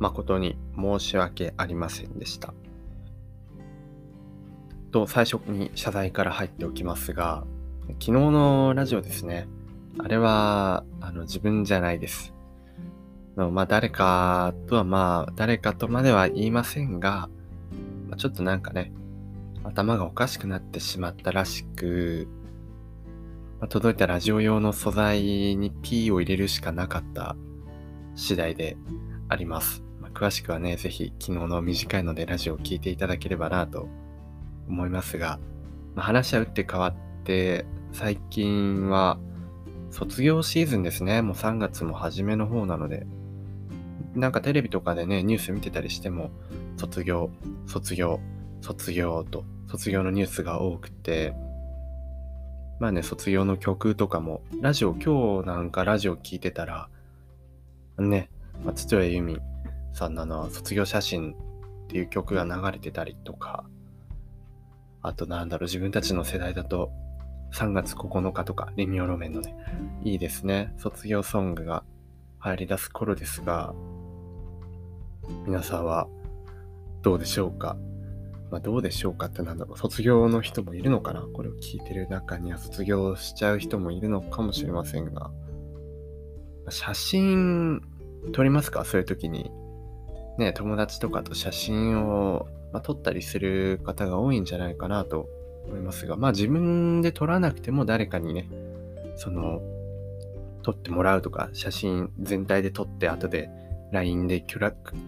誠に申し訳ありませんでした。最初に謝罪から入っておきますが、昨日のラジオですね。あれは、自分じゃないです。誰かとまでは言いませんが、ちょっとなんかね、頭がおかしくなってしまったらしく、届いたラジオ用の素材に P を入れるしかなかった次第であります。詳しくはね、ぜひ昨日の短いのでラジオを聞いていただければなと思いますが、話は打って変わって、最近は卒業シーズンですね。もう3月も初めの方なので、なんかテレビとかでね、ニュース見てたりしても、卒業と卒業のニュースが多くて、卒業の曲とかも、今日なんかラジオ聞いてたら、ね、筒井由実さんの卒業写真っていう曲が流れてたりとか、あと自分たちの世代だと3月9日とかレミオロメンのね、いいですね、卒業ソングが入り出す頃ですが、皆さんはどうでしょうか。どうでしょうかって卒業の人もいるのかな。これを聞いてる中には卒業しちゃう人もいるのかもしれませんが、写真撮りますか？そういう時にね、友達とかと写真を、撮ったりする方が多いんじゃないかなと思いますが、自分で撮らなくても誰かにね、撮ってもらうとか、写真全体で撮って後で LINE でクラ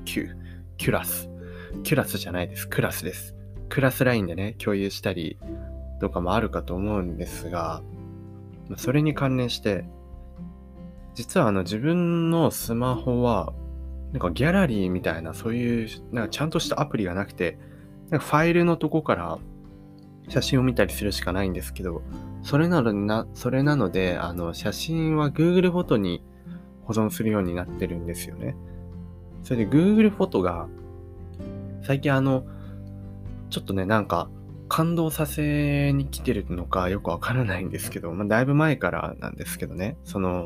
スじゃないです。クラスです。クラス LINE でね、共有したりとかもあるかと思うんですが、それに関連して、実は自分のスマホは、なんかギャラリーみたいな、そういう、なんかちゃんとしたアプリがなくて、なんかファイルのとこから写真を見たりするしかないんですけど、それなので、写真は Google フォトに保存するようになってるんですよね。それで Google フォトが、最近ちょっとね、なんか感動させに来てるのかよくわからないんですけど、だいぶ前からなんですけどね、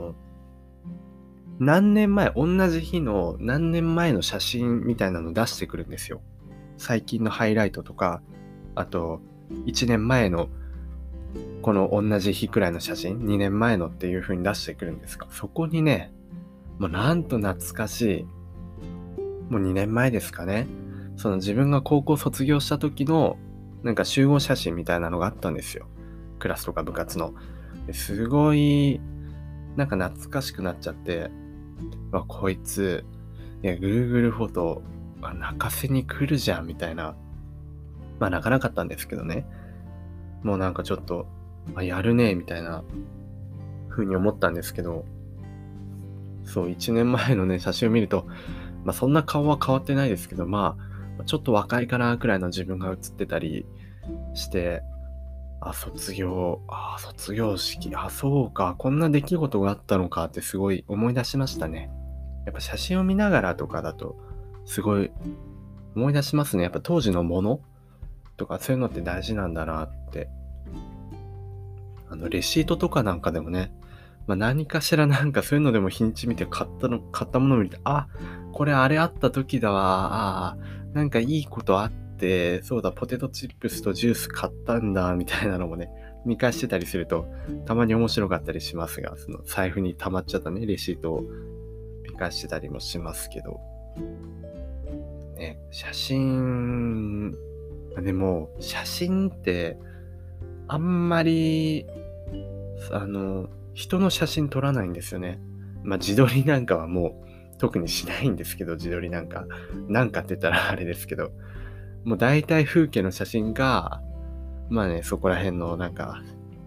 同じ日の何年前の写真みたいなの出してくるんですよ。最近のハイライトとか、あと1年前のこの同じ日くらいの写真、2年前のっていう風に出してくるんですが、そこにね、もうなんと懐かしい、もう2年前ですかね。自分が高校卒業した時のなんか集合写真みたいなのがあったんですよ。クラスとか部活の。すごいなんか懐かしくなっちゃって、こいつ、Google フォト泣かせに来るじゃんみたいな。泣かなかったんですけどね。もうなんかちょっと、やるねみたいな風に思ったんですけど、1年前のね、写真を見ると、そんな顔は変わってないですけど、ちょっと若いかなくらいの自分が写ってたりして、卒業式、そうか、こんな出来事があったのかってすごい思い出しましたね。やっぱ写真を見ながらとかだと、すごい思い出しますね。やっぱ当時のものとかそういうのって大事なんだなって。レシートとかなんかでもね、何かしらなんかそういうのでも日にち見て買ったものを見て、これあれあった時だわ、なんかいいことあって、そうだ、ポテトチップスとジュース買ったんだ、みたいなのもね、見返してたりすると、たまに面白かったりしますが、財布に溜まっちゃったね、レシートを見返してたりもしますけど、ね、写真、でも、写真って、あんまり、人の写真撮らないんですよね。自撮りなんかはもう特にしないんですけど、自撮りなんかって言ったらあれですけど、もう大体風景の写真が、そこら辺のなんか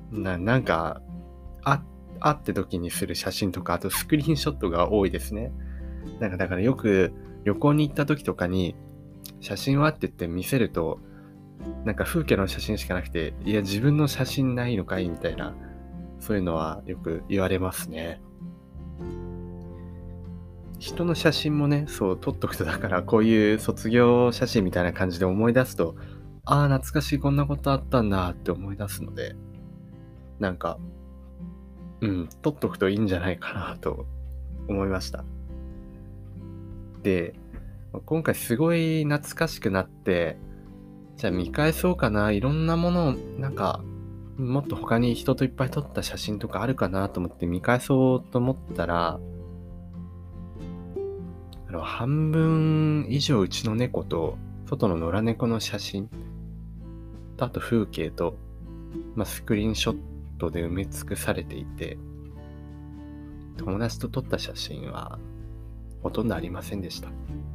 あって時にする写真とか、あとスクリーンショットが多いですね。だからよく旅行に行った時とかに、写真はって言って見せると、なんか風景の写真しかなくて、いや自分の写真ないのかいみたいな、そういうのはよく言われますね。人の写真もね、撮っとくと、だからこういう卒業写真みたいな感じで思い出すと、懐かしい、こんなことあったんだって思い出すので、なんか、撮っとくといいんじゃないかなと思いました。で、 今回すごい懐かしくなって、じゃあ見返そうかな。いろんなものを、もっと他に人といっぱい撮った写真とかあるかなと思って見返そうと思ったら、半分以上うちの猫と、外の野良猫の写真と、あと風景と、スクリーンショットで埋め尽くされていて、友達と撮った写真はほとんどありませんでした。